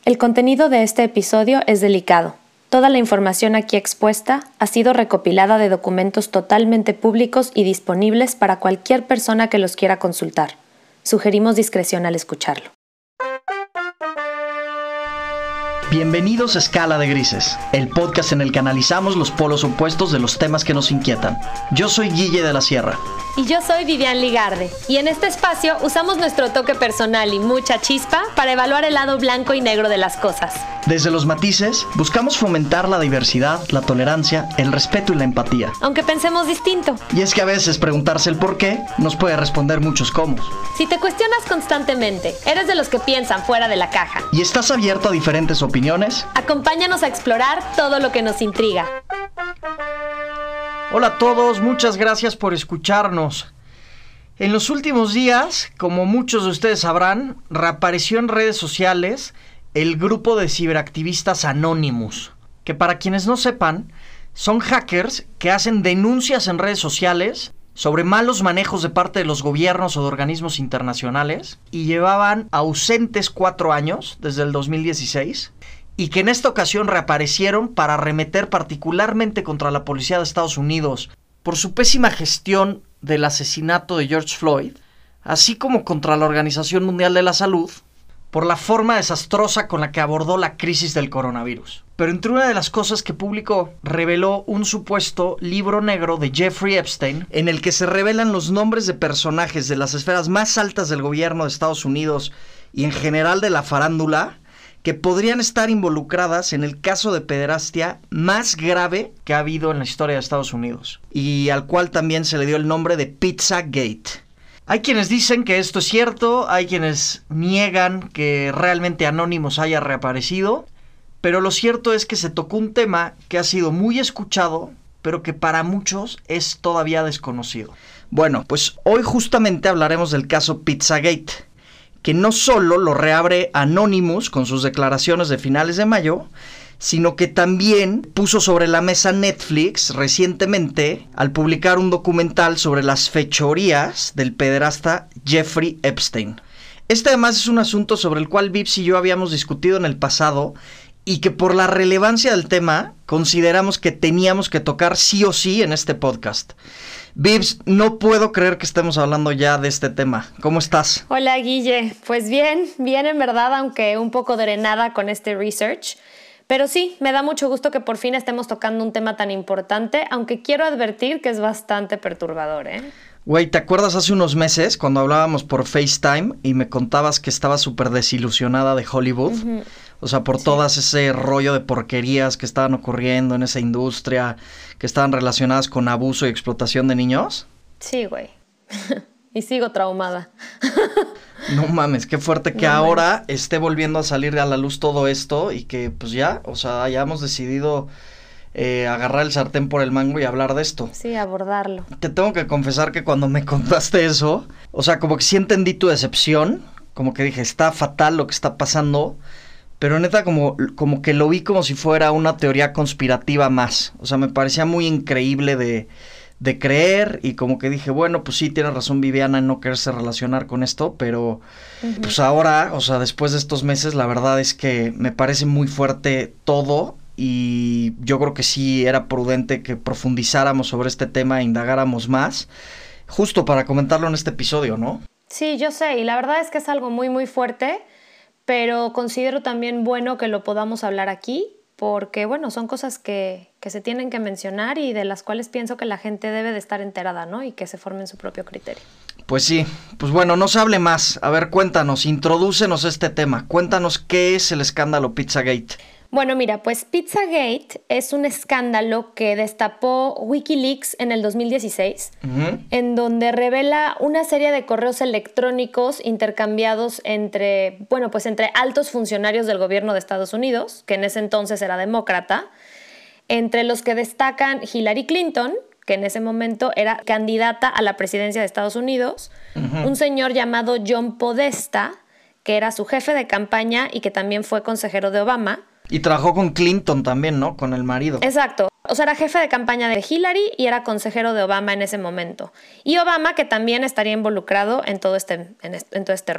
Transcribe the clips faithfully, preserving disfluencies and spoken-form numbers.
El contenido de este episodio es delicado. Toda la información aquí expuesta ha sido recopilada de documentos totalmente públicos y disponibles para cualquier persona que los quiera consultar. Sugerimos discreción al escucharlo. Bienvenidos a Escala de Grises, el podcast en el que analizamos los polos opuestos de los temas que nos inquietan. Yo soy Guille de la Sierra. Y yo soy Vivian Ligarde. Y en este espacio usamos nuestro toque personal y mucha chispa para evaluar el lado blanco y negro de las cosas. Desde los matices, buscamos fomentar la diversidad, la tolerancia, el respeto y la empatía. Aunque pensemos distinto. Y es que a veces preguntarse el por qué nos puede responder muchos cómo. Si te cuestionas constantemente, eres de los que piensan fuera de la caja y estás abierto a diferentes opiniones, acompáñanos a explorar todo lo que nos intriga. Hola a todos, muchas gracias por escucharnos. En los últimos días, como muchos de ustedes sabrán, reapareció en redes sociales el grupo de ciberactivistas Anonymous, que para quienes no sepan, son hackers que hacen denuncias en redes sociales sobre malos manejos de parte de los gobiernos o de organismos internacionales y llevaban ausentes cuatro años, desde el dos mil dieciséis, y que en esta ocasión reaparecieron para arremeter particularmente contra la policía de Estados Unidos por su pésima gestión del asesinato de George Floyd, así como contra la Organización Mundial de la Salud por la forma desastrosa con la que abordó la crisis del coronavirus. Pero entre una de las cosas que publicó, reveló un supuesto libro negro de Jeffrey Epstein, en el que se revelan los nombres de personajes de las esferas más altas del gobierno de Estados Unidos y en general de la farándula, que podrían estar involucradas en el caso de pederastia más grave que ha habido en la historia de Estados Unidos, y al cual también se le dio el nombre de Pizzagate. Hay quienes dicen que esto es cierto, hay quienes niegan que realmente Anonymous haya reaparecido, pero lo cierto es que se tocó un tema que ha sido muy escuchado, pero que para muchos es todavía desconocido. Bueno, pues hoy justamente hablaremos del caso Pizzagate, que no solo lo reabre Anonymous con sus declaraciones de finales de mayo, sino que también puso sobre la mesa Netflix recientemente al publicar un documental sobre las fechorías del pederasta Jeffrey Epstein. Este además es un asunto sobre el cual Vips y yo habíamos discutido en el pasado y que por la relevancia del tema consideramos que teníamos que tocar sí o sí en este podcast. Vips, no puedo creer que estemos hablando ya de este tema. ¿Cómo estás? Hola, Guille. Pues bien, bien en verdad, aunque un poco drenada con este research. Pero sí, me da mucho gusto que por fin estemos tocando un tema tan importante, aunque quiero advertir que es bastante perturbador, ¿eh? Güey, ¿te acuerdas hace unos meses cuando hablábamos por FaceTime y me contabas que estabas súper desilusionada de Hollywood? Uh-huh. O sea, por sí. Todas ese rollo de porquerías que estaban ocurriendo en esa industria, que estaban relacionadas con abuso y explotación de niños. Sí, güey. Y sigo traumada. No mames, qué fuerte que no ahora mames. Esté volviendo a salir a la luz todo esto y que pues ya, o sea, hayamos decidido eh, agarrar el sartén por el mango y hablar de esto. Sí, abordarlo. Te tengo que confesar que cuando me contaste eso, o sea, como que sí entendí tu decepción, como que dije, está fatal lo que está pasando, pero neta como, como que lo vi como si fuera una teoría conspirativa más. O sea, me parecía muy increíble de... de creer y como que dije, bueno, pues sí, tiene razón Viviana en no quererse relacionar con esto, pero uh-huh. pues ahora, o sea, después de estos meses, la verdad es que me parece muy fuerte todo y yo creo que sí era prudente que profundizáramos sobre este tema e indagáramos más, justo para comentarlo en este episodio, ¿no? Sí, yo sé, y la verdad es que es algo muy, muy fuerte, pero considero también bueno que lo podamos hablar aquí, porque, bueno, son cosas que, que se tienen que mencionar y de las cuales pienso que la gente debe de estar enterada, ¿no? Y que se formen su propio criterio. Pues sí, pues bueno, no se hable más. A ver, cuéntanos, introdúcenos este tema. Cuéntanos qué es el escándalo Pizzagate. Bueno, mira, pues Pizzagate es un escándalo que destapó Wikileaks en el dos mil dieciséis, uh-huh. en donde revela una serie de correos electrónicos intercambiados entre, bueno, pues entre altos funcionarios del gobierno de Estados Unidos, que en ese entonces era demócrata, entre los que destacan Hillary Clinton, que en ese momento era candidata a la presidencia de Estados Unidos, uh-huh. un señor llamado John Podesta, que era su jefe de campaña y que también fue consejero de Obama. Y trabajó con Clinton también, ¿no? Con el marido. Exacto. O sea, era jefe de campaña de Hillary y era consejero de Obama en ese momento. Y Obama, que también estaría involucrado en todo este, en, este, en todo este rollo.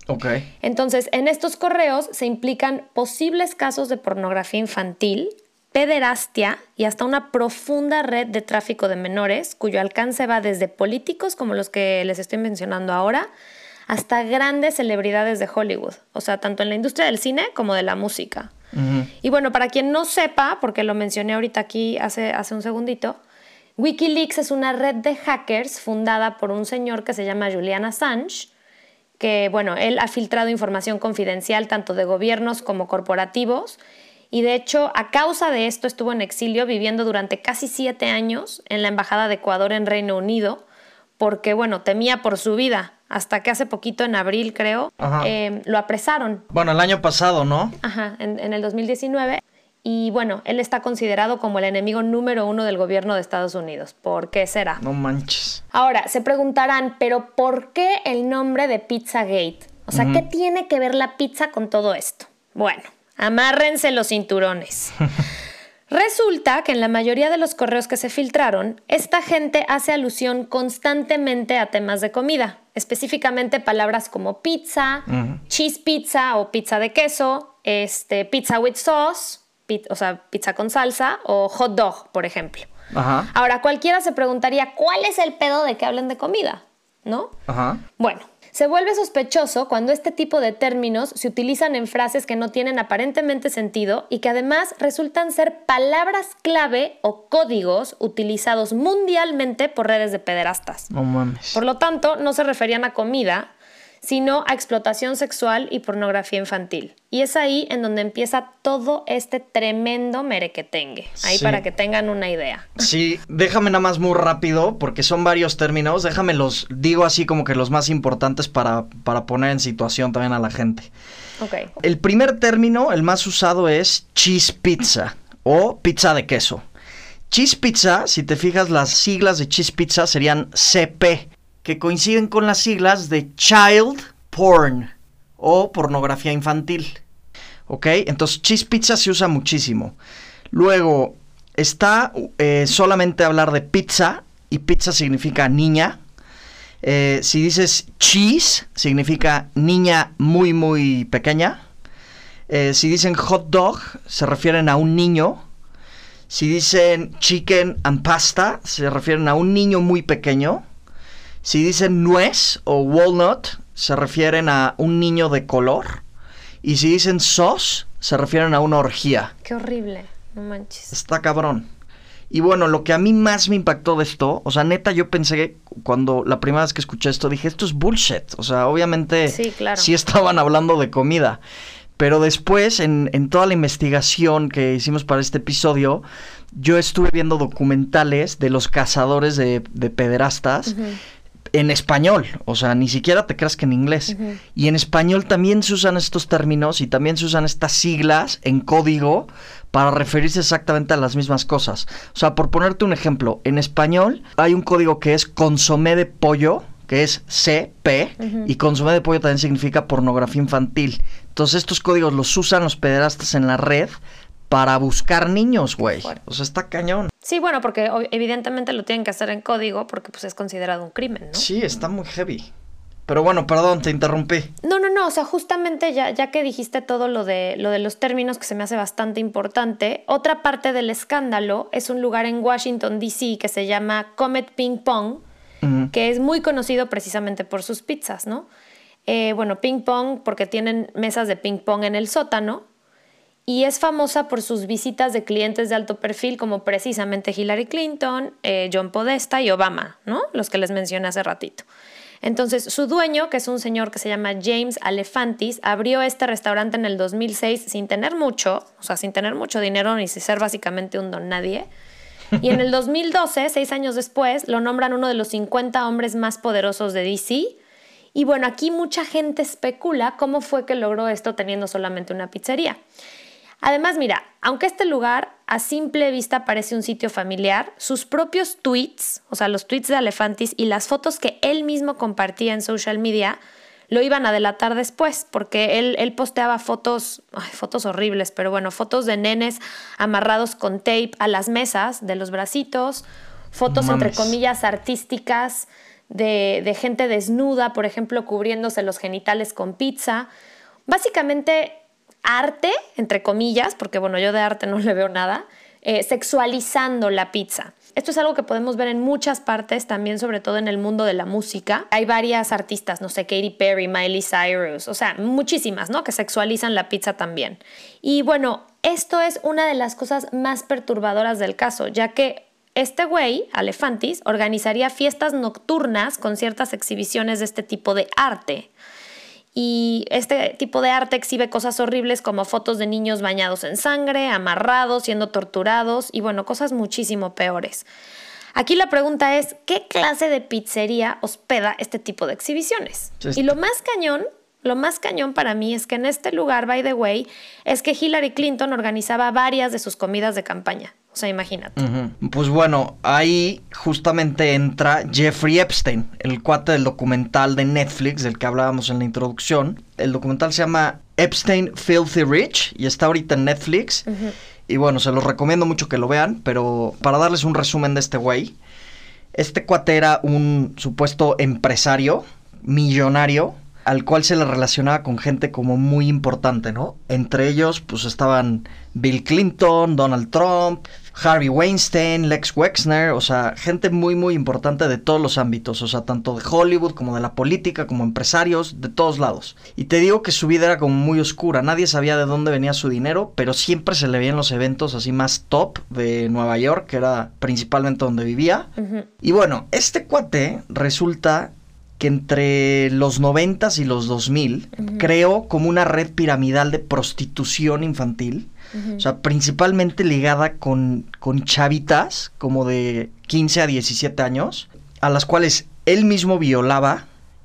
Ok. Entonces, en estos correos se implican posibles casos de pornografía infantil, pederastia y hasta una profunda red de tráfico de menores, cuyo alcance va desde políticos como los que les estoy mencionando ahora, hasta grandes celebridades de Hollywood, o sea, tanto en la industria del cine como de la música. Uh-huh. Y bueno, para quien no sepa, porque lo mencioné ahorita aquí hace, hace un segundito, WikiLeaks es una red de hackers fundada por un señor que se llama Julian Assange, que, bueno, él ha filtrado información confidencial tanto de gobiernos como corporativos, y de hecho, a causa de esto estuvo en exilio viviendo durante casi siete años en la Embajada de Ecuador en Reino Unido, porque, bueno, temía por su vida, hasta que hace poquito, en abril creo, eh, lo apresaron. Bueno, el año pasado, ¿no? Ajá, en, en el dos mil diecinueve. Y bueno, él está considerado como el enemigo número uno del gobierno de Estados Unidos. ¿Por qué será? No manches. Ahora, se preguntarán, ¿pero por qué el nombre de Pizzagate? O sea, uh-huh. ¿qué tiene que ver la pizza con todo esto? Bueno, amárrense los cinturones. Resulta que en la mayoría de los correos que se filtraron, esta gente hace alusión constantemente a temas de comida, específicamente palabras como pizza, uh-huh. cheese pizza o pizza de queso, este, pizza with sauce, pit, o sea, pizza con salsa, o hot dog, por ejemplo. Ajá. Ahora, cualquiera se preguntaría, ¿cuál es el pedo de que hablen de comida? ¿No? Ajá. Bueno, se vuelve sospechoso cuando este tipo de términos se utilizan en frases que no tienen aparentemente sentido y que además resultan ser palabras clave o códigos utilizados mundialmente por redes de pederastas. No mames. Por lo tanto, no se referían a comida, sino a explotación sexual y pornografía infantil. Y es ahí en donde empieza todo este tremendo merequetengue. Ahí sí. Para que tengan una idea. Sí, déjame nada más muy rápido, porque son varios términos. Déjame los, digo así como que los más importantes para, para poner en situación también a la gente. Okay. El primer término, el más usado, es cheese pizza o pizza de queso. Cheese pizza, si te fijas, las siglas de cheese pizza serían C P, que coinciden con las siglas de Child Porn o pornografía infantil. ¿Ok? Entonces, cheese pizza se usa muchísimo. Luego, está eh, solamente hablar de pizza, y pizza significa niña. Eh, si dices cheese, significa niña muy, muy pequeña. Eh, si dicen hot dog, se refieren a un niño. Si dicen chicken and pasta, se refieren a un niño muy pequeño. Si dicen nuez o walnut, se refieren a un niño de color. Y si dicen sauce, se refieren a una orgía. Qué horrible, no manches. Está cabrón. Y bueno, lo que a mí más me impactó de esto, o sea, neta, yo pensé, cuando la primera vez que escuché esto, dije, esto es bullshit. O sea, obviamente sí, claro. sí estaban hablando de comida. Pero después, en, en toda la investigación que hicimos para este episodio, yo estuve viendo documentales de los cazadores de, de pederastas. Uh-huh. En español, o sea, ni siquiera te creas que en inglés. Uh-huh. Y en español también se usan estos términos y también se usan estas siglas en código para referirse exactamente a las mismas cosas. O sea, por ponerte un ejemplo, en español hay un código que es consomé de pollo, que es C P, uh-huh. y consomé de pollo también significa pornografía infantil. Entonces estos códigos los usan los pederastas en la red para buscar niños, güey. O sea, está cañón. Sí, bueno, porque evidentemente lo tienen que hacer en código porque pues es considerado un crimen, ¿no? Sí, está muy heavy. Pero bueno, perdón, te interrumpí. No, no, no, o sea, justamente ya, ya que dijiste todo lo de, lo de los términos, que se me hace bastante importante, otra parte del escándalo es un lugar en Washington, D C que se llama Comet Ping Pong, uh-huh. que es muy conocido precisamente por sus pizzas, ¿no? Eh, bueno, ping pong porque tienen mesas de ping pong en el sótano, y es famosa por sus visitas de clientes de alto perfil como precisamente Hillary Clinton, eh, John Podesta y Obama, ¿no? Los que les mencioné hace ratito. Entonces, su dueño, que es un señor que se llama James Alefantis, abrió este restaurante en el dos mil seis sin tener mucho, o sea, sin tener mucho dinero ni ser básicamente un don nadie. Y en el dos mil doce, seis años después, lo nombran uno de los cincuenta hombres más poderosos de D C. Y bueno, aquí mucha gente especula cómo fue que logró esto teniendo solamente una pizzería. Además, mira, aunque este lugar a simple vista parece un sitio familiar, sus propios tweets, o sea, los tweets de Alefantis y las fotos que él mismo compartía en social media, lo iban a delatar después, porque él, él posteaba fotos, ay, fotos horribles, pero bueno, fotos de nenes amarrados con tape a las mesas de los bracitos, fotos, entre comillas, artísticas de, de gente desnuda, por ejemplo, cubriéndose los genitales con pizza. Básicamente arte, entre comillas, porque bueno, yo de arte no le veo nada, eh, sexualizando la pizza. Esto es algo que podemos ver en muchas partes, también sobre todo en el mundo de la música. Hay varias artistas, no sé, Katy Perry, Miley Cyrus, o sea, muchísimas, ¿no? Que sexualizan la pizza también. Y bueno, esto es una de las cosas más perturbadoras del caso, ya que este güey, Alefantis, organizaría fiestas nocturnas con ciertas exhibiciones de este tipo de arte. Y este tipo de arte exhibe cosas horribles como fotos de niños bañados en sangre, amarrados, siendo torturados y bueno, cosas muchísimo peores. Aquí la pregunta es, ¿qué clase de pizzería hospeda este tipo de exhibiciones? Sí. Y lo más cañón, lo más cañón para mí es que en este lugar, by the way, es que Hillary Clinton organizaba varias de sus comidas de campaña. O sea, imagínate. Uh-huh. Pues bueno, ahí justamente entra Jeffrey Epstein, el cuate del documental de Netflix del que hablábamos en la introducción. El documental se llama Epstein Filthy Rich y está ahorita en Netflix. Uh-huh. Y bueno, se los recomiendo mucho que lo vean, pero para darles un resumen de este güey. Este cuate era un supuesto empresario, millonario, al cual se le relacionaba con gente como muy importante, ¿no? Entre ellos, pues estaban Bill Clinton, Donald Trump, Harvey Weinstein, Lex Wexner, o sea, gente muy, muy importante de todos los ámbitos, o sea, tanto de Hollywood como de la política, como empresarios, de todos lados. Y te digo que su vida era como muy oscura, nadie sabía de dónde venía su dinero, pero siempre se le veía en los eventos así más top de Nueva York, que era principalmente donde vivía. Uh-huh. Y bueno, este cuate resulta que entre los noventas y los dos mil uh-huh. creó como una red piramidal de prostitución infantil, uh-huh. o sea, principalmente ligada con, con chavitas como de quince a diecisiete años, a las cuales él mismo violaba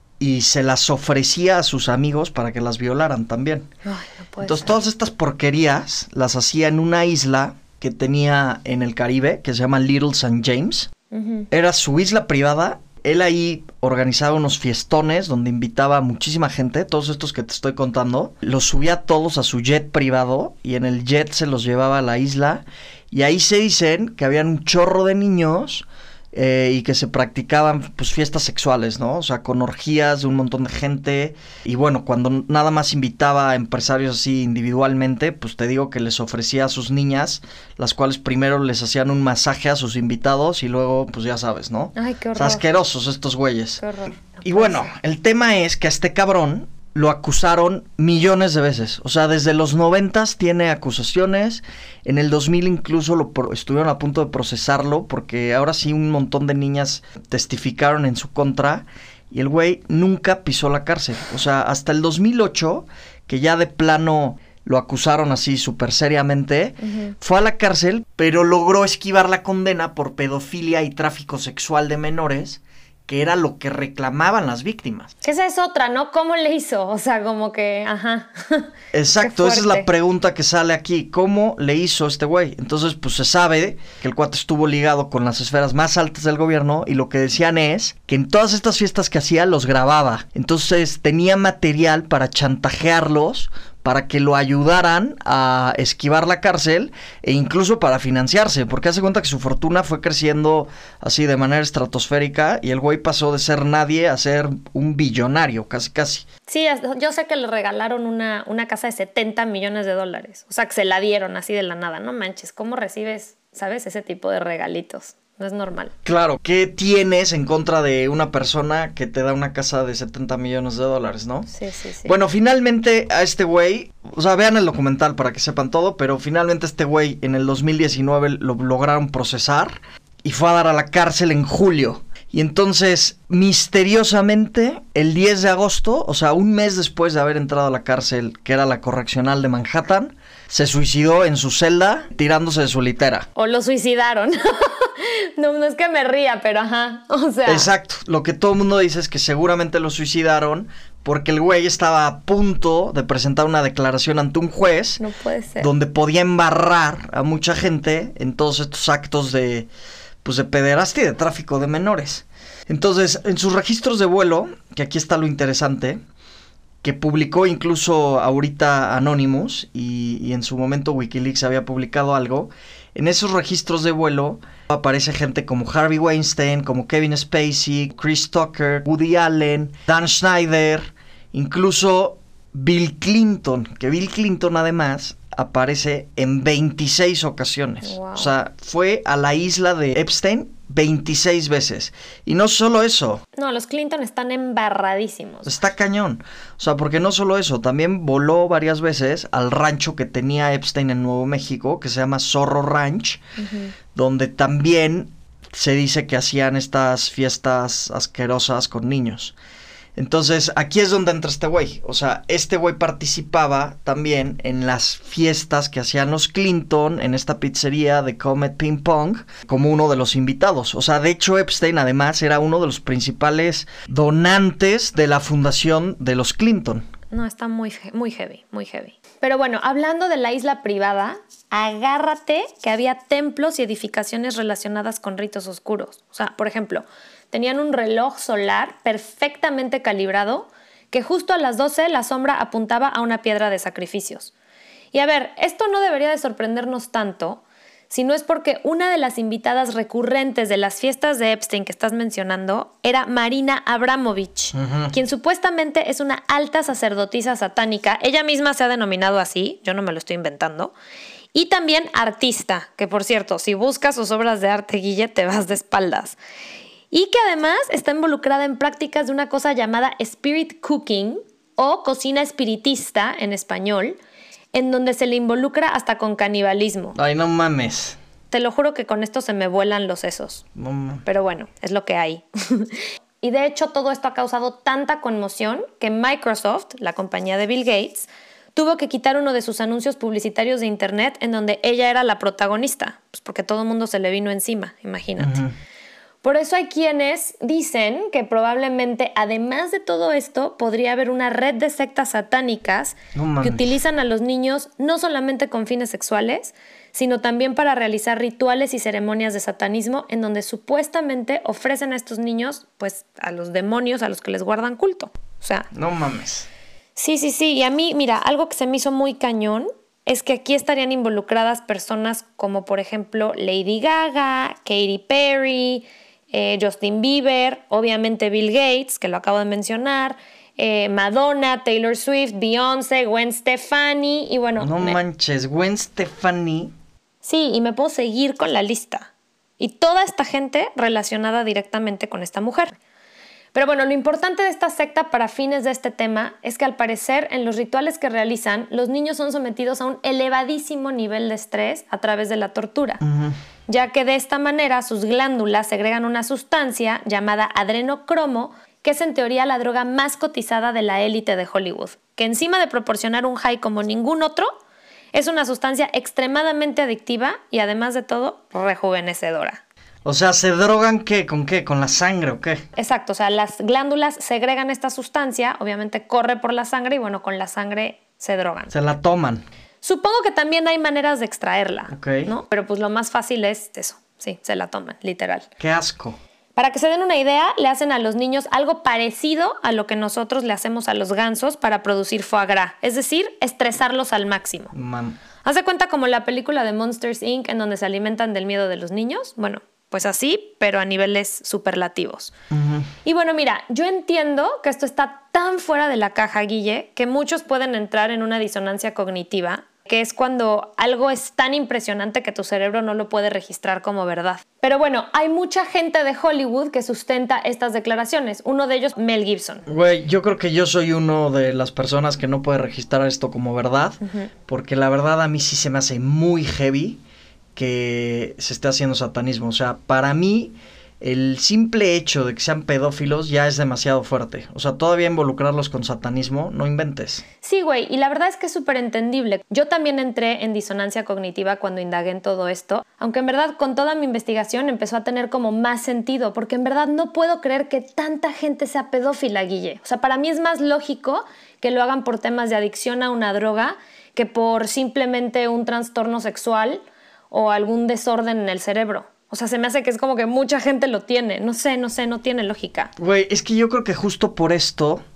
y se las ofrecía a sus amigos para que las violaran también. Ay, no puede Entonces ser. Todas estas porquerías las hacía en una isla que tenía en el Caribe, que se llama Little Saint James. Uh-huh. Era su isla privada. Él ahí organizaba unos fiestones donde invitaba a muchísima gente, todos estos que te estoy contando. Los subía todos a su jet privado y en el jet se los llevaba a la isla. Y ahí se dicen que habían un chorro de niños eh, y que se practicaban pues fiestas sexuales, ¿no? O sea, con orgías de un montón de gente. Y bueno, cuando nada más invitaba a empresarios así individualmente, pues te digo que les ofrecía a sus niñas, las cuales primero les hacían un masaje a sus invitados y luego, pues ya sabes, ¿no? Ay, qué horror. O sea, asquerosos estos güeyes. Qué horror. No y bueno, ser. El tema es que a este cabrón lo acusaron millones de veces. O sea, desde los noventas tiene acusaciones. En el dos mil incluso lo pro- estuvieron a punto de procesarlo porque ahora sí un montón de niñas testificaron en su contra. Y el güey nunca pisó la cárcel. O sea, hasta el dos mil ocho, que ya de plano lo acusaron así súper seriamente, uh-huh. fue a la cárcel, pero logró esquivar la condena por pedofilia y tráfico sexual de menores, que era lo que reclamaban las víctimas. Que esa es otra, ¿no? ¿Cómo le hizo? O sea, como que, ajá. Exacto, esa es la pregunta que sale aquí. ¿Cómo le hizo este güey? Entonces, pues se sabe que el cuate estuvo ligado con las esferas más altas del gobierno y lo que decían es que en todas estas fiestas que hacía los grababa. Entonces tenía material para chantajearlos, para que lo ayudaran a esquivar la cárcel e incluso para financiarse, porque hace cuenta que su fortuna fue creciendo así de manera estratosférica y el güey pasó de ser nadie a ser un billonario, casi casi. Sí, yo sé que le regalaron una, una casa de setenta millones de dólares, o sea, que se la dieron así de la nada, no manches, ¿cómo recibes, sabes, ese tipo de regalitos? No es normal. Claro, ¿qué tienes en contra de una persona que te da una casa de setenta millones de dólares, no? Sí, sí, sí. Bueno, finalmente a este güey, o sea, vean el documental para que sepan todo, pero finalmente este güey en el dos mil diecinueve lo lograron procesar y fue a dar a la cárcel en julio. Y entonces, misteriosamente, el diez de agosto, o sea, un mes después de haber entrado a la cárcel, que era la correccional de Manhattan, se suicidó en su celda tirándose de su litera. O lo suicidaron. No, no es que me ría, pero ajá, o sea. Exacto, lo que todo el mundo dice es que seguramente lo suicidaron porque el güey estaba a punto de presentar una declaración ante un juez. No puede ser. Donde podía embarrar a mucha gente en todos estos actos de, pues de pederastia y de tráfico de menores. Entonces, en sus registros de vuelo, que aquí está lo interesante, que publicó incluso ahorita Anonymous y, y en su momento Wikileaks había publicado algo. En esos registros de vuelo aparece gente como Harvey Weinstein, como Kevin Spacey, Chris Tucker, Woody Allen, Dan Schneider, incluso Bill Clinton, que Bill Clinton además aparece en veintiséis ocasiones. Wow. O sea, fue a la isla de Epstein veintiséis veces. Y no solo eso. No, los Clinton están embarradísimos. Está cañón. O sea, porque no solo eso, también voló varias veces al rancho que tenía Epstein en Nuevo México, que se llama Zorro Ranch, uh-huh. donde también se dice que hacían estas fiestas asquerosas con niños. Entonces, aquí es donde entra este güey. O sea, este güey participaba también en las fiestas que hacían los Clinton en esta pizzería de Comet Ping Pong como uno de los invitados. O sea, de hecho, Epstein además era uno de los principales donantes de la fundación de los Clinton. No, está muy, muy heavy, muy heavy. Pero bueno, hablando de la isla privada, agárrate que había templos y edificaciones relacionadas con ritos oscuros. O sea, por ejemplo, tenían un reloj solar perfectamente calibrado que justo a las doce la sombra apuntaba a una piedra de sacrificios. Y a ver, esto no debería de sorprendernos tanto, si no es porque una de las invitadas recurrentes de las fiestas de Epstein que estás mencionando era Marina Abramovich, uh-huh. quien supuestamente es una alta sacerdotisa satánica. Ella misma se ha denominado así, yo no me lo estoy inventando. Y también artista, que por cierto, si buscas sus obras de arte, Guille, te vas de espaldas. Y que además está involucrada en prácticas de una cosa llamada spirit cooking o cocina espiritista en español, en donde se le involucra hasta con canibalismo. Ay, no mames. Te lo juro que con esto se me vuelan los sesos. No mames. Pero bueno, es lo que hay. Y de hecho todo esto ha causado tanta conmoción que Microsoft, la compañía de Bill Gates, tuvo que quitar uno de sus anuncios publicitarios de internet en donde ella era la protagonista, pues porque todo el mundo se le vino encima, imagínate. Uh-huh. Por eso hay quienes dicen que probablemente, además de todo esto, podría haber una red de sectas satánicas no que utilizan a los niños no solamente con fines sexuales, sino también para realizar rituales y ceremonias de satanismo en donde supuestamente ofrecen a estos niños, pues, a los demonios a los que les guardan culto. O sea... No mames. Sí, sí, sí. Y a mí, mira, algo que se me hizo muy cañón es que aquí estarían involucradas personas como, por ejemplo, Lady Gaga, Katy Perry... Eh, Justin Bieber, obviamente Bill Gates, que lo acabo de mencionar, eh, Madonna, Taylor Swift, Beyoncé, Gwen Stefani y bueno... No me... manches, Gwen Stefani. Sí, y me puedo seguir con la lista. Y toda esta gente relacionada directamente con esta mujer. Pero bueno, lo importante de esta secta para fines de este tema es que al parecer en los rituales que realizan, los niños son sometidos a un elevadísimo nivel de estrés a través de la tortura. Uh-huh. Ya que de esta manera sus glándulas segregan una sustancia llamada adrenocromo, que es en teoría la droga más cotizada de la élite de Hollywood, que encima de proporcionar un high como ningún otro, es una sustancia extremadamente adictiva y además de todo, rejuvenecedora. O sea, ¿se drogan qué? ¿Con qué? ¿Con la sangre o qué? Exacto, o sea, las glándulas segregan esta sustancia, obviamente corre por la sangre y bueno, con la sangre se drogan. Se la toman. Supongo que también hay maneras de extraerla, okay. ¿no? Pero pues lo más fácil es eso, sí, se la toman, literal. ¡Qué asco! Para que se den una idea, le hacen a los niños algo parecido a lo que nosotros le hacemos a los gansos para producir foie gras, es decir, estresarlos al máximo. Man. ¿Haz de cuenta como la película de Monsters incorporated en donde se alimentan del miedo de los niños? Bueno, pues así, pero a niveles superlativos. Uh-huh. Y bueno, mira, yo entiendo que esto está tan fuera de la caja, Guille, que muchos pueden entrar en una disonancia cognitiva, que es cuando algo es tan impresionante que tu cerebro no lo puede registrar como verdad. Pero bueno, hay mucha gente de Hollywood que sustenta estas declaraciones. Uno de ellos, Mel Gibson. Güey, yo creo que yo soy uno de las personas que no puede registrar esto como verdad, uh-huh. porque la verdad a mí sí se me hace muy heavy que se esté haciendo satanismo. O sea, para mí el simple hecho de que sean pedófilos ya es demasiado fuerte. O sea, todavía involucrarlos con satanismo, no inventes. Sí, güey, y la verdad es que es súper entendible. Yo también entré en disonancia cognitiva cuando indagué en todo esto, aunque en verdad con toda mi investigación empezó a tener como más sentido, porque en verdad no puedo creer que tanta gente sea pedófila, Guille. O sea, para mí es más lógico que lo hagan por temas de adicción a una droga que por simplemente un trastorno sexual o algún desorden en el cerebro. O sea, se me hace que es como que mucha gente lo tiene. No sé, no sé, no tiene lógica. Güey, es que yo creo que justo por esto,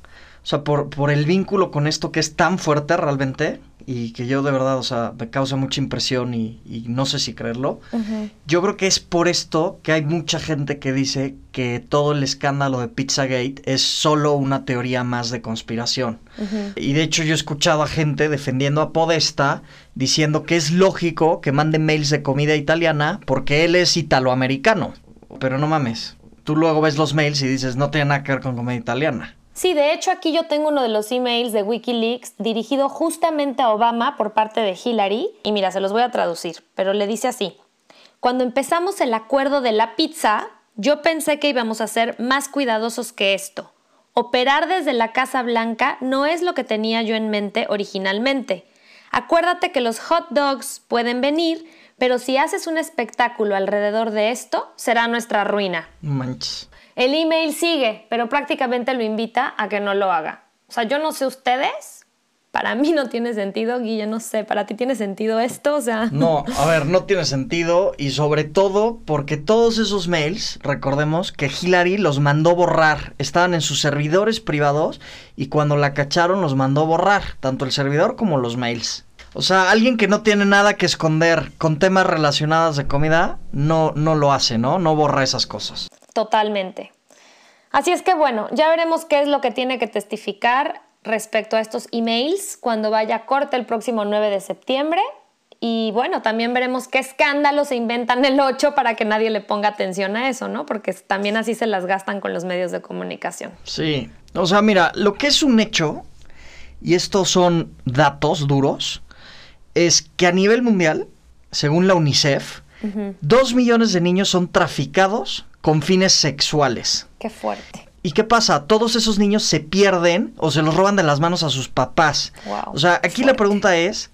O sea, por, por el vínculo con esto que es tan fuerte realmente y que yo de verdad, o sea, me causa mucha impresión y, y no sé si creerlo. Uh-huh. Yo creo que es por esto que hay mucha gente que dice que todo el escándalo de Pizzagate es solo una teoría más de conspiración. Uh-huh. Y de hecho yo he escuchado a gente defendiendo a Podesta diciendo que es lógico que mande mails de comida italiana porque él es italoamericano. Pero no mames, tú luego ves los mails y dices no tiene nada que ver con comida italiana. Sí, de hecho aquí yo tengo uno de los emails de Wikileaks dirigido justamente a Obama por parte de Hillary. Y mira, se los voy a traducir, pero le dice así. Cuando empezamos el acuerdo de la pizza, yo pensé que íbamos a ser más cuidadosos que esto. Operar desde la Casa Blanca no es lo que tenía yo en mente originalmente. Acuérdate que los hot dogs pueden venir, pero si haces un espectáculo alrededor de esto, será nuestra ruina. Manches. El email sigue, pero prácticamente lo invita a que no lo haga. O sea, yo no sé ustedes, para mí no tiene sentido, Guille, no sé, ¿para ti tiene sentido esto? O sea... No, a ver, no tiene sentido y sobre todo porque todos esos mails, recordemos que Hillary los mandó borrar, estaban en sus servidores privados y cuando la cacharon los mandó borrar, tanto el servidor como los mails. O sea, alguien que no tiene nada que esconder con temas relacionados de comida, no, no lo hace, ¿no? No borra esas cosas. Totalmente. Así es que bueno, ya veremos qué es lo que tiene que testificar respecto a estos emails cuando vaya a corte el próximo nueve de septiembre. Y bueno, también veremos qué escándalo se inventan el ocho para que nadie le ponga atención a eso, ¿no? Porque también así se las gastan con los medios de comunicación. Sí, o sea, mira, lo que es un hecho, y estos son datos duros, es que a nivel mundial, según la UNICEF, uh-huh. dos millones de niños son traficados con fines sexuales. Qué fuerte. ¿Y qué pasa? Todos esos niños se pierden o se los roban de las manos a sus papás. Wow, o sea, aquí fuerte. La pregunta es,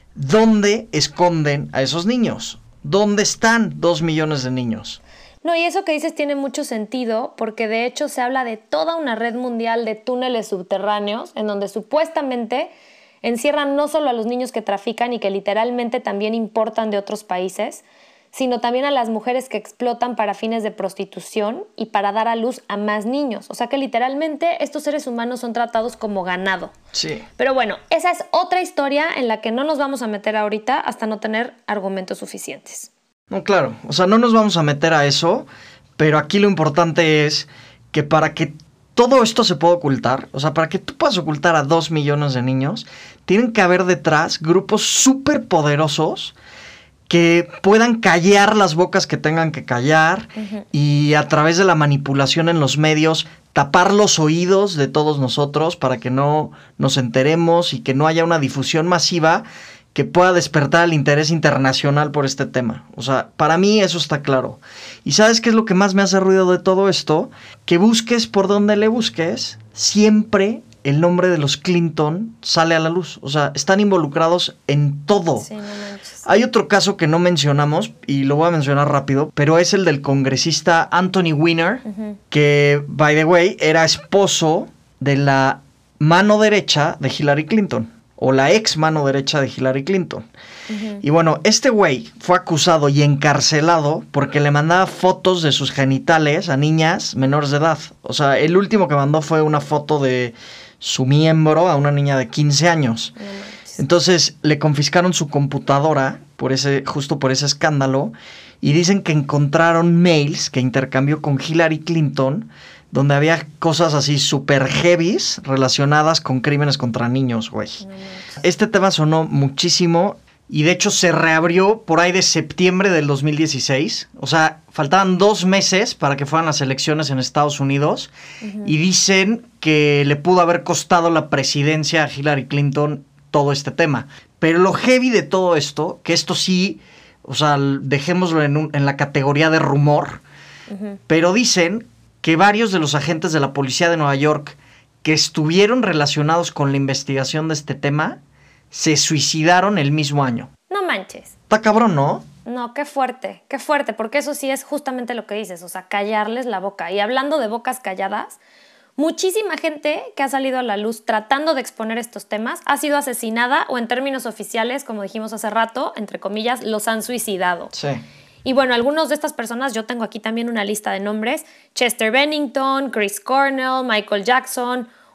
¿dónde esconden a esos niños? ¿Dónde están dos millones de niños? No, y eso que dices tiene mucho sentido porque de hecho se habla de toda una red mundial de túneles subterráneos en donde supuestamente encierran no solo a los niños que trafican y que literalmente también importan de otros países, sino también a las mujeres que explotan para fines de prostitución y para dar a luz a más niños. O sea que literalmente estos seres humanos son tratados como ganado. Sí. Pero bueno, esa es otra historia en la que no nos vamos a meter ahorita hasta no tener argumentos suficientes. No, claro. O sea, no nos vamos a meter a eso, pero aquí lo importante es que para que todo esto se pueda ocultar, o sea, para que tú puedas ocultar a dos millones de niños, tienen que haber detrás grupos súper poderosos que puedan callar las bocas que tengan que callar uh-huh. y a través de la manipulación en los medios tapar los oídos de todos nosotros para que no nos enteremos y que no haya una difusión masiva que pueda despertar el interés internacional por este tema. O sea, para mí eso está claro. ¿Y sabes qué es lo que más me hace ruido de todo esto? Que busques por donde le busques, siempre el nombre de los Clinton sale a la luz. O sea, están involucrados en todo. Sí, no manches. Hay otro caso que no mencionamos, y lo voy a mencionar rápido, pero es el del congresista Anthony Weiner, uh-huh. que, by the way, era esposo de la mano derecha de Hillary Clinton, o la ex mano derecha de Hillary Clinton. Uh-huh. Y bueno, este güey fue acusado y encarcelado porque le mandaba fotos de sus genitales a niñas menores de edad. O sea, el último que mandó fue una foto de su miembro a una niña de quince años. No manches. Entonces le confiscaron su computadora por ese, justo por ese escándalo, y dicen que encontraron mails que intercambió con Hillary Clinton donde había cosas así super heavies relacionadas con crímenes contra niños, güey. No, este tema sonó muchísimo y de hecho se reabrió por ahí de septiembre del dos mil dieciséis. O sea, faltaban dos meses para que fueran las elecciones en Estados Unidos. Uh-huh. Y dicen que le pudo haber costado la presidencia a Hillary Clinton todo este tema. Pero lo heavy de todo esto, que esto sí, o sea, dejémoslo en, un, en la categoría de rumor, uh-huh. pero dicen que varios de los agentes de la policía de Nueva York que estuvieron relacionados con la investigación de este tema se suicidaron el mismo año. No manches. Está cabrón, ¿no? No, qué fuerte, qué fuerte, porque eso sí es justamente lo que dices, o sea, callarles la boca. Y hablando de bocas calladas, muchísima gente que ha salido a la luz tratando de exponer estos temas ha sido asesinada o en términos oficiales, como dijimos hace rato, entre comillas, los han suicidado. Sí. Y bueno, algunos de estas personas, yo tengo aquí también una lista de nombres: Chester Bennington, Chris Cornell, Michael Jackson,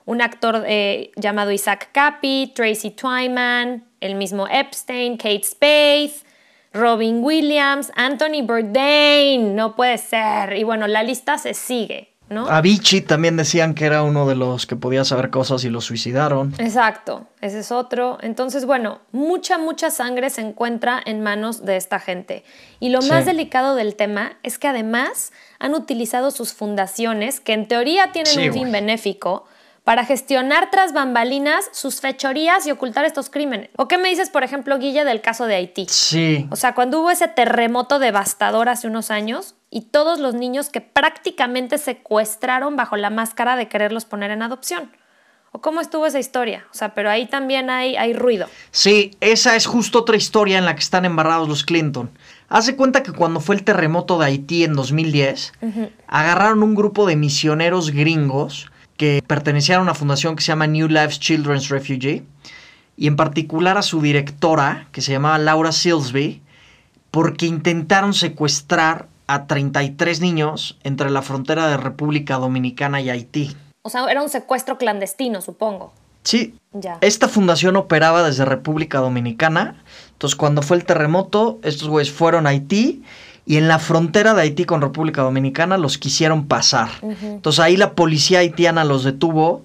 un actor eh, llamado Isaac Capi, Tracy Twyman, el mismo Epstein, Kate Spade, Robin Williams, Anthony Bourdain, no puede ser. Y bueno, la lista se sigue, ¿no? Avicii también decían que era uno de los que podía saber cosas y lo suicidaron. Exacto, ese es otro. Entonces, bueno, mucha, mucha sangre se encuentra en manos de esta gente. Y lo sí. más delicado del tema es que además han utilizado sus fundaciones, que en teoría tienen sí, un fin güey. benéfico, para gestionar tras bambalinas sus fechorías y ocultar estos crímenes. ¿O qué me dices, por ejemplo, Guille, del caso de Haití? Sí. O sea, cuando hubo ese terremoto devastador hace unos años y todos los niños que prácticamente secuestraron bajo la máscara de quererlos poner en adopción. ¿O cómo estuvo esa historia? O sea, pero ahí también hay, hay ruido. Sí, esa es justo otra historia en la que están embarrados los Clinton. Haz de cuenta que cuando fue el terremoto de Haití en dos mil diez, uh-huh. agarraron un grupo de misioneros gringos que pertenecían a una fundación que se llama New Life Children's Refugee, y en particular a su directora, que se llamaba Laura Silsby, porque intentaron secuestrar a treinta y tres niños entre la frontera de República Dominicana y Haití. O sea, era un secuestro clandestino, supongo. Sí. Ya. Esta fundación operaba desde República Dominicana. Entonces, cuando fue el terremoto, estos güeyes fueron a Haití, y en la frontera de Haití con República Dominicana los quisieron pasar. Uh-huh. Entonces ahí la policía haitiana los detuvo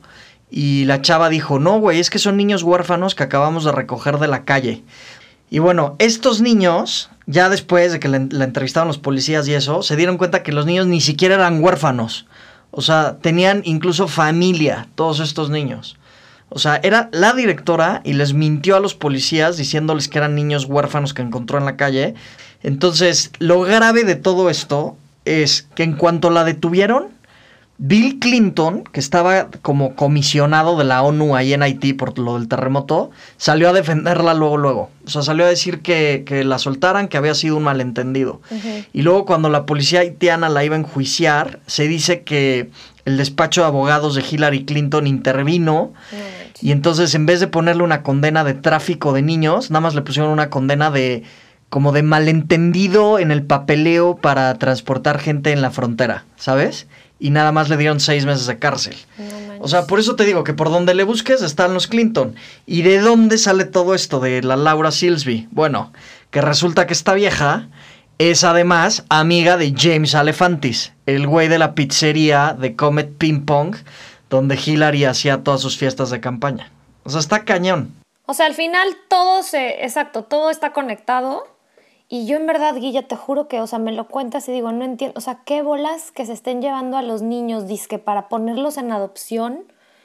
y la chava dijo, no, güey, es que son niños huérfanos que acabamos de recoger de la calle. Y bueno, estos niños, ya después de que la, la entrevistaron los policías y eso, se dieron cuenta que los niños ni siquiera eran huérfanos. O sea, tenían incluso familia, todos estos niños. O sea, era la directora y les mintió a los policías diciéndoles que eran niños huérfanos que encontró en la calle. Entonces, lo grave de todo esto es que en cuanto la detuvieron, Bill Clinton, que estaba como comisionado de la ONU ahí en Haití por lo del terremoto, salió a defenderla luego, luego. O sea, salió a decir que, que la soltaran, que había sido un malentendido. Uh-huh. Y luego cuando la policía haitiana la iba a enjuiciar, se dice que el despacho de abogados de Hillary Clinton intervino. Uh-huh. Y entonces, en vez de ponerle una condena de tráfico de niños, nada más le pusieron una condena de como de malentendido en el papeleo para transportar gente en la frontera, ¿sabes? Y nada más le dieron seis meses de cárcel. No, o sea, por eso te digo que por donde le busques están los Clinton. ¿Y de dónde sale todo esto de la Laura Silsby? Bueno, que resulta que esta vieja es además amiga de James Alefantis, el güey de la pizzería de Comet Ping Pong, donde Hillary hacía todas sus fiestas de campaña. O sea, está cañón. O sea, al final todo se... Exacto, todo está conectado. Y yo en verdad, Guilla, te juro que, o sea, me lo cuentas y digo, no entiendo, o sea, qué bolas que se estén llevando a los niños, dizque para ponerlos en adopción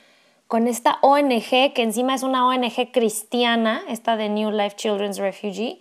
con esta O N G, que encima es una O N G cristiana, esta de New Life Children's Refugee.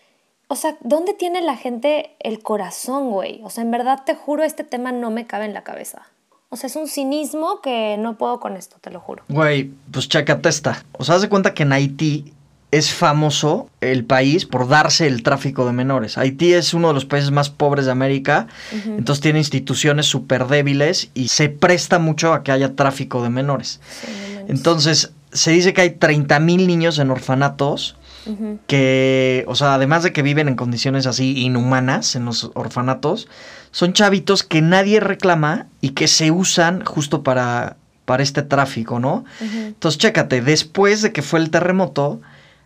O sea, ¿dónde tiene la gente el corazón, güey? O sea, en verdad, te juro, este tema no me cabe en la cabeza. O sea, es un cinismo que no puedo con esto, te lo juro. Güey, pues chécate esta. O sea, haz de cuenta que en Haití es famoso el país por darse el tráfico de menores. Haití es uno de los países más pobres de América, uh-huh. entonces tiene instituciones súper débiles y se presta mucho a que haya tráfico de menores. Sí, no entonces, se dice que hay treinta mil niños en orfanatos uh-huh. que, o sea, además de que viven en condiciones así inhumanas en los orfanatos, son chavitos que nadie reclama y que se usan justo para, para este tráfico, ¿no? Uh-huh. Entonces, chécate, después de que fue el terremoto,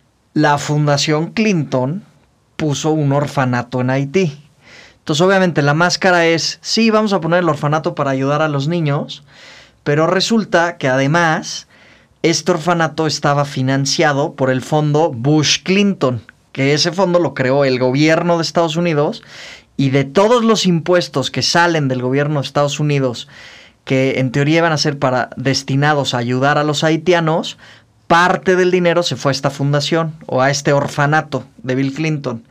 la Fundación Clinton puso un orfanato en Haití. Entonces, obviamente, la máscara es, sí, vamos a poner el orfanato para ayudar a los niños, pero resulta que además este orfanato estaba financiado por el fondo Bush Clinton, que ese fondo lo creó el gobierno de Estados Unidos, y de todos los impuestos que salen del gobierno de Estados Unidos, que en teoría iban a ser para, destinados a ayudar a los haitianos, parte del dinero se fue a esta fundación o a este orfanato de Bill Clinton.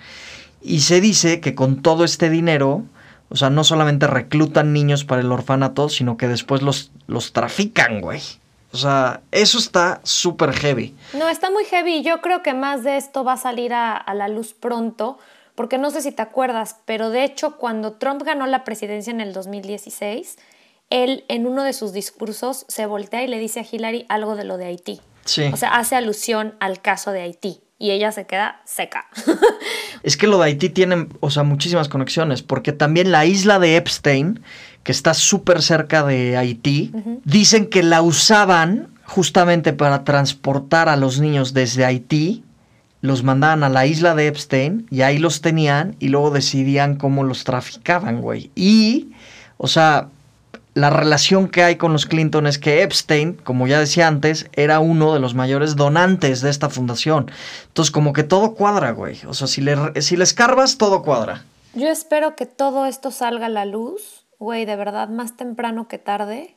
Y se dice que con todo este dinero, o sea, no solamente reclutan niños para el orfanato, sino que después los, los trafican, güey. O sea, eso está súper heavy. No, está muy heavy. Yo creo que más de esto va a salir a, a la luz pronto, porque no sé si te acuerdas, pero de hecho cuando Trump ganó la presidencia en el dos mil dieciséis, él en uno de sus discursos se voltea y le dice a Hillary algo de lo de Haití. Sí. O sea, hace alusión al caso de Haití y ella se queda seca. Es que lo de Haití tiene, o sea, muchísimas conexiones, porque también la isla de Epstein, que está súper cerca de Haití. Ujú. Dicen que la usaban justamente para transportar a los niños desde Haití, los mandaban a la isla de Epstein y ahí los tenían y luego decidían cómo los traficaban, güey. Y, o sea, la relación que hay con los Clinton es que Epstein, como ya decía antes, era uno de los mayores donantes de esta fundación. Entonces, como que todo cuadra, güey. O sea, si le, si le escarbas, todo cuadra. Yo espero que todo esto salga a la luz, güey, de verdad, más temprano que tarde,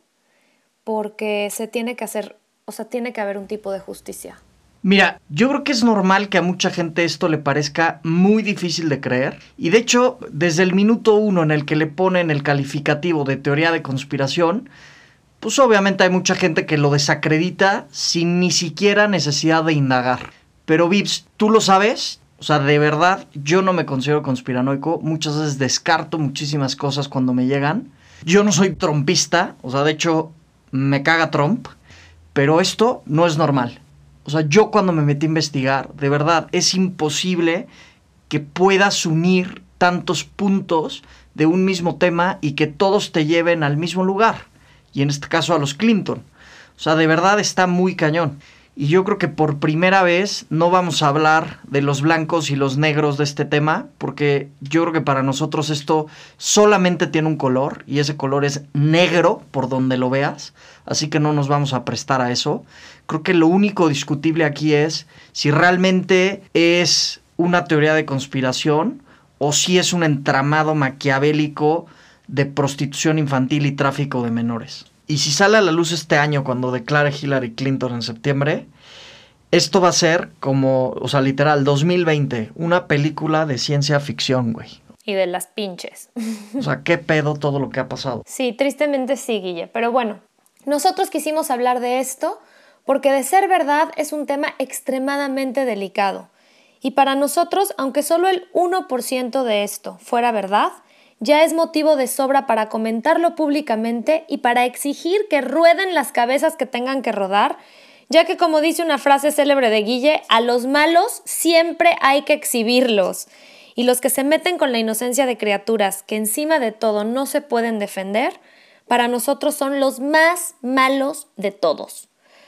porque se tiene que hacer, o sea, tiene que haber un tipo de justicia. Mira, yo creo que es normal que a mucha gente esto le parezca muy difícil de creer. Y de hecho, desde el minuto uno en el que le ponen el calificativo de teoría de conspiración, pues obviamente hay mucha gente que lo desacredita sin ni siquiera necesidad de indagar. Pero Vips, ¿tú lo sabes? O sea, de verdad, yo no me considero conspiranoico. Muchas veces descarto muchísimas cosas cuando me llegan. Yo no soy trumpista, o sea, de hecho, me caga Trump. Pero esto no es normal. O sea, yo cuando me metí a investigar, de verdad, es imposible que puedas unir tantos puntos de un mismo tema y que todos te lleven al mismo lugar. Y en este caso a los Clinton. O sea, de verdad está muy cañón. Y yo creo que por primera vez no vamos a hablar de los blancos y los negros de este tema, porque yo creo que para nosotros esto solamente tiene un color, y ese color es negro por donde lo veas, así que no nos vamos a prestar a eso. Creo que lo único discutible aquí es si realmente es una teoría de conspiración o si es un entramado maquiavélico de prostitución infantil y tráfico de menores. Y si sale a la luz este año cuando declare Hillary Clinton en septiembre, esto va a ser como, o sea, literal, dos mil veinte, una película de ciencia ficción, güey. Y de las pinches. O sea, qué pedo todo lo que ha pasado. Sí, tristemente sí, Guille. Pero bueno, nosotros quisimos hablar de esto porque de ser verdad es un tema extremadamente delicado. Y para nosotros, aunque solo el uno por ciento de esto fuera verdad, ya es motivo de sobra para comentarlo públicamente y para exigir que rueden las cabezas que tengan que rodar, ya que, como dice una frase célebre de Guille, a los malos siempre hay que exhibirlos. Y los que se meten con la inocencia de criaturas que encima de todo no se pueden defender, para nosotros son los más malos de todos.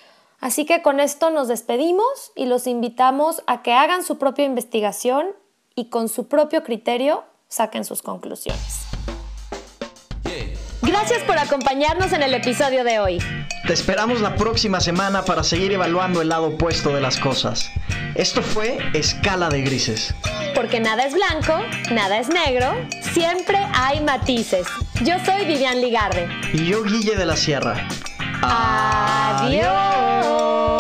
Así que con esto nos despedimos y los invitamos a que hagan su propia investigación y con su propio criterio saquen sus conclusiones. Gracias por acompañarnos en el episodio de hoy. Te esperamos la próxima semana para seguir evaluando el lado opuesto de las cosas. Esto fue Escala de Grises. Porque nada es blanco, nada es negro, siempre hay matices. Yo soy Vivian Ligarde. Y yo, Guille de la Sierra. Adiós.